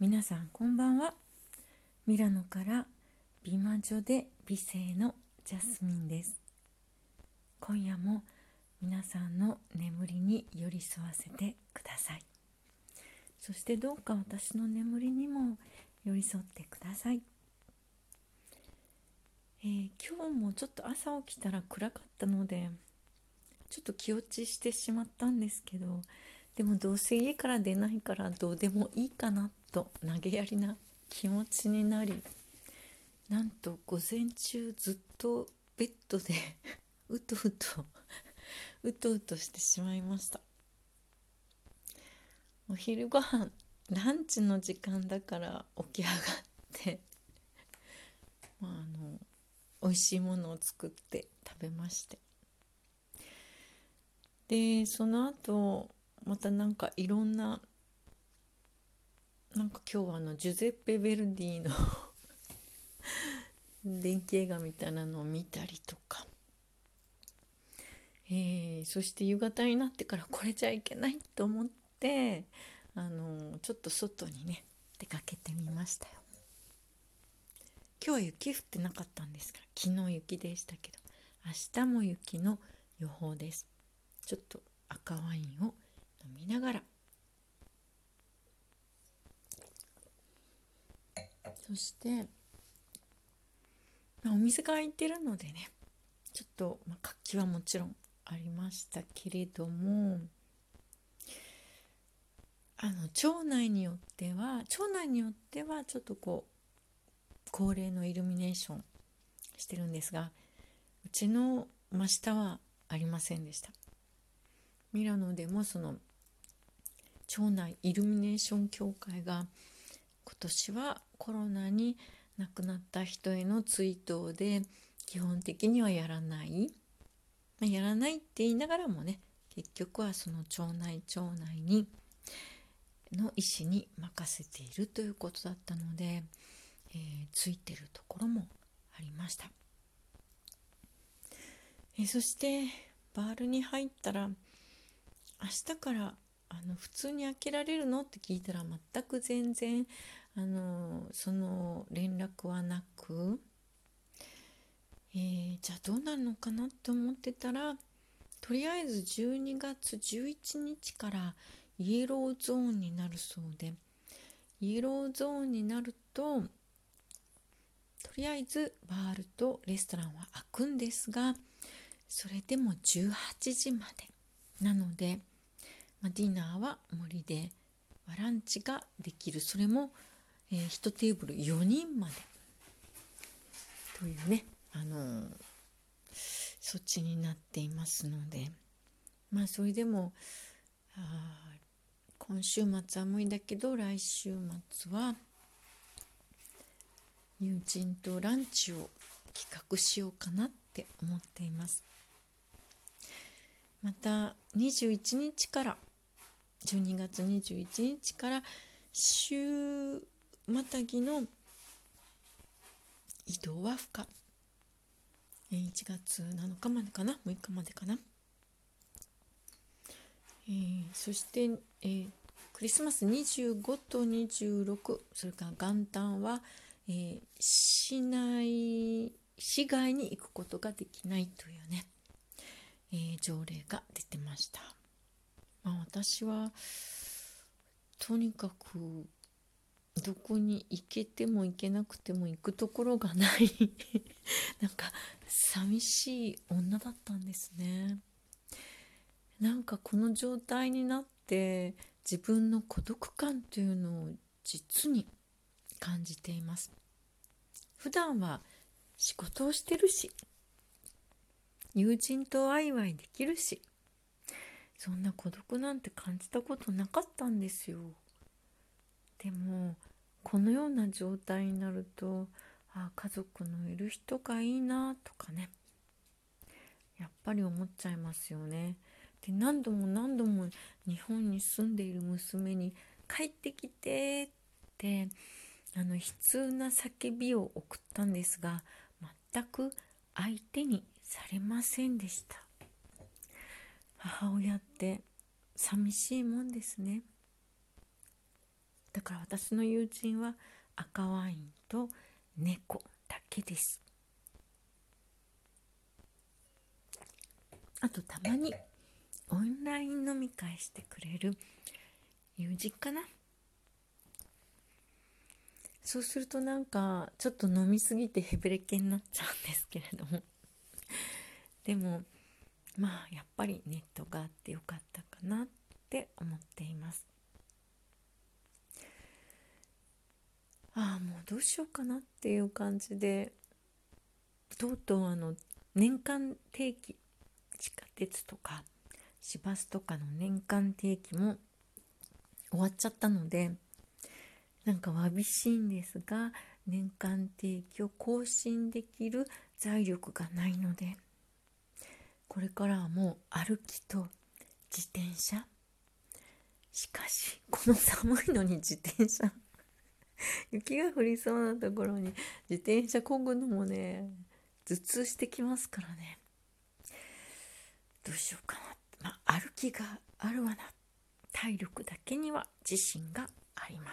皆さんこんばんは。ミラノから美魔女で美声のジャスミンです。今夜も皆さんの眠りに寄り添わせてください。そしてどうか私の眠りにも寄り添ってください。今日もちょっと朝起きたら暗かったのでちょっと気落ちしてしまったんですけど、でもどうせ家から出ないからどうでもいいかなと投げやりな気持ちになり、なんと午前中ずっとベッドでうとうとしてしまいました。お昼ご飯ランチの時間だから起き上がって美味しいものを作って食べまして、でその後またいろんな今日はジュゼッペ・ヴェルディの電気映画みたいなのを見たりとか、そして夕方になってからこれじゃいけないと思ってちょっと外にね出かけてみましたよ。今日は雪降ってなかったんですが、昨日雪でしたけど明日も雪の予報です。ちょっと赤ワインを飲みながら、そしてお店が開いてるのでね、ちょっと活気はもちろんありましたけれども、町内によってはちょっと恒例のイルミネーションしてるんですが、うちの真下はありませんでした。ミラノでもその町内イルミネーション協会が今年はコロナに亡くなった人への追悼で基本的にはやらないって言いながらもね、結局はその町内にの意思に任せているということだったので、ついてるところもありました。そしてバールに入ったら、明日から普通に開けられるのって聞いたら全く全然その連絡はなく、じゃあどうなるのかなと思ってたら、とりあえず12月11日からイエローゾーンになるそうで、イエローゾーンになるととりあえずバールとレストランは開くんですが、それでも18時までなので、ディナーは無理でランチができる、それも、1テーブル4人までというね、措置になっていますので、それでも今週末は寒いんだけど、来週末は友人とランチを企画しようかなって思っています。また21日から12月21日から週またぎの移動は不可。1月7日までかな、6日までかな。そして、クリスマス25と26、それから元旦は、市外に行くことができないというね、条例が出てました。私はとにかくどこに行けても行けなくても行くところがない寂しい女だったんですね。この状態になって自分の孤独感というのを実に感じています。普段は仕事をしてるし、友人とワイワイできるし、そんな孤独なんて感じたことなかったんですよ。でもこのような状態になると、家族のいる人がいいなとかね、やっぱり思っちゃいますよね。で何度も日本に住んでいる娘に帰ってきてって悲痛な叫びを送ったんですが、全く相手にされませんでした。母親って寂しいもんですね。だから私の友人は赤ワインと猫だけです。あとたまにオンライン飲み会してくれる友人かな。そうするとなんかちょっと飲みすぎてヘベレケになっちゃうんですけれどもでもまあやっぱりネットがあってよかったかなって思っています。もうどうしようかなっていう感じで、とうとう年間定期、地下鉄とか市バスとかの年間定期も終わっちゃったので、なんかわびしいんですが、年間定期を更新できる財力がないので、これからはもう歩きと自転車。しかしこの寒いのに自転車雪が降りそうなところに自転車漕ぐのもね、頭痛してきますからね。どうしようかな。歩きがあるわな。体力だけには自信があります。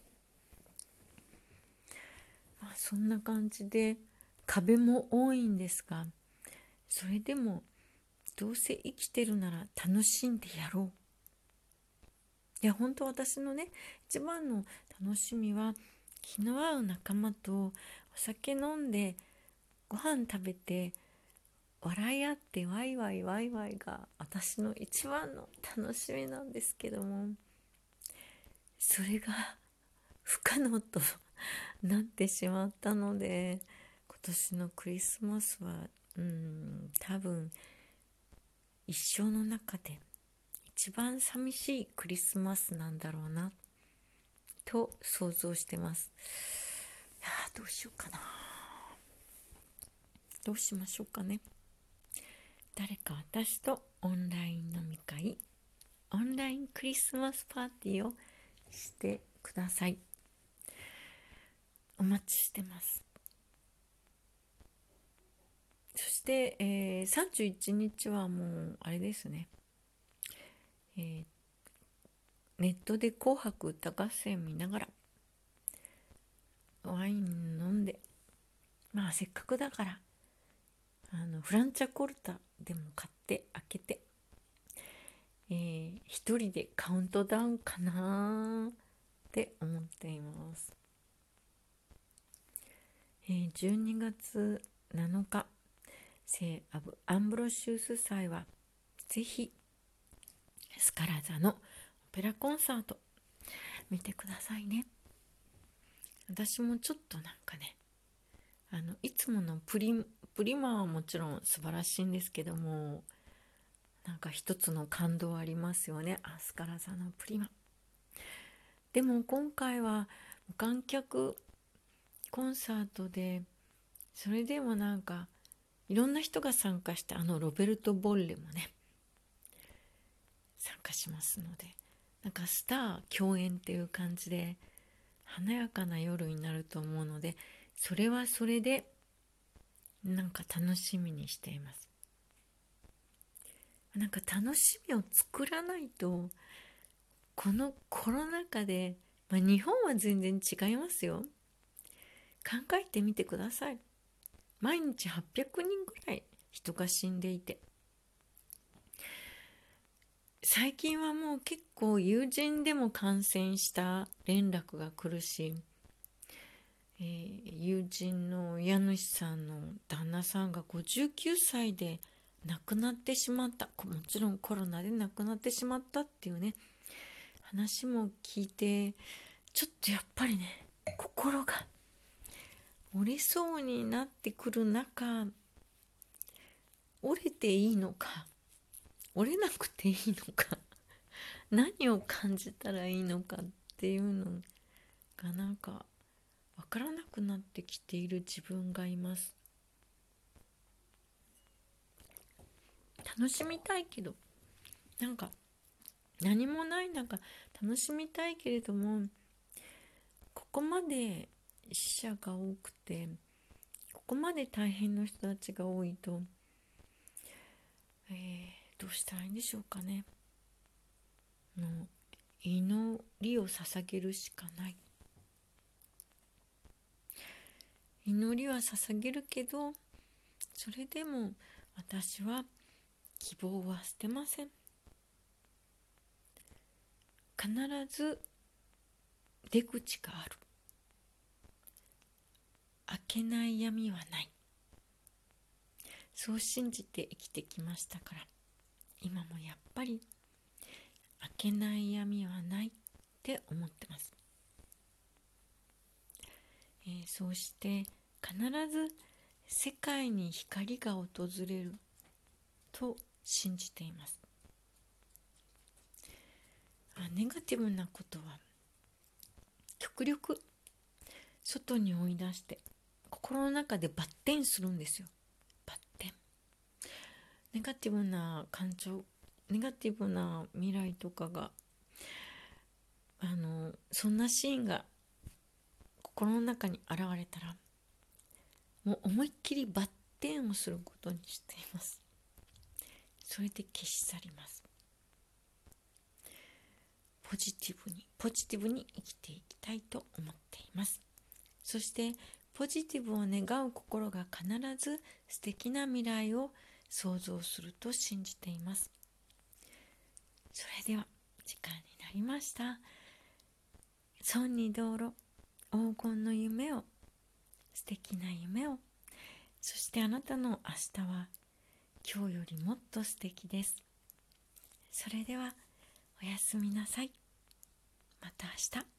そんな感じで壁も多いんですが、それでもどうせ生きてるなら楽しんでやろう。いや本当私のね、一番の楽しみは気の合う仲間とお酒飲んでご飯食べて笑い合ってワイワイワイワイが私の一番の楽しみなんですけども、それが不可能となってしまったので、今年のクリスマスは多分一生の中で一番寂しいクリスマスなんだろうなと想像してます。いやどうしようかな。どうしましょうかね。誰か私とオンライン飲み会、オンラインクリスマスパーティーをしてください。お待ちしてます。そして、31日はもうあれですね、ネットで紅白歌合戦見ながらワイン飲んで、せっかくだからフランチャコルタでも買って開けて、一人でカウントダウンかなって思っています。12月7日聖アンブロシウス祭はぜひスカラ座のオペラコンサート見てくださいね。私もちょっとなんかね、いつものプリマはもちろん素晴らしいんですけども、なんか一つの感動ありますよね。スカラ座のプリマ。でも今回は無観客コンサートで、それでもなんかいろんな人が参加して、ロベルト・ボッレもね参加しますので、なんかスター共演っていう感じで華やかな夜になると思うので、それはそれでなんか楽しみにしています。なんか楽しみを作らないと、このコロナ禍で、日本は全然違いますよ。考えてみてください。毎日800人ぐらい人が死んでいて、最近はもう結構友人でも感染した連絡が来るし、友人の家主さんの旦那さんが59歳で亡くなってしまった、もちろんコロナで亡くなってしまったっていうね話も聞いて、ちょっとやっぱりね心が折れそうになってくる中、折れていいのか折れなくていいのか何を感じたらいいのかっていうのがなんか分からなくなってきている自分がいます。楽しみたいけど、なんか何もない中楽しみたいけれども、ここまで死者が多くて、ここまで大変な人たちが多いと、どうしたらいいんでしょうかね。もう祈りを捧げるしかない。祈りは捧げるけど、それでも私は希望は捨てません。必ず出口がある。開けない闇はない。そう信じて生きてきましたから、今もやっぱり開けない闇はないって思ってます。そうして必ず世界に光が訪れると信じています。ネガティブなことは極力外に追い出して心の中でバッテンするんですよ。バッテン。ネガティブな感情、ネガティブな未来とかがそんなシーンが心の中に現れたら、もう思いっきりバッテンをすることにしています。それで消し去ります。ポジティブに生きていきたいと思っています。そしてポジティブを願う心が必ず素敵な未来を想像すると信じています。それでは時間になりました。尊に道路、黄金の夢を、素敵な夢を、そしてあなたの明日は今日よりもっと素敵です。それではおやすみなさい。また明日。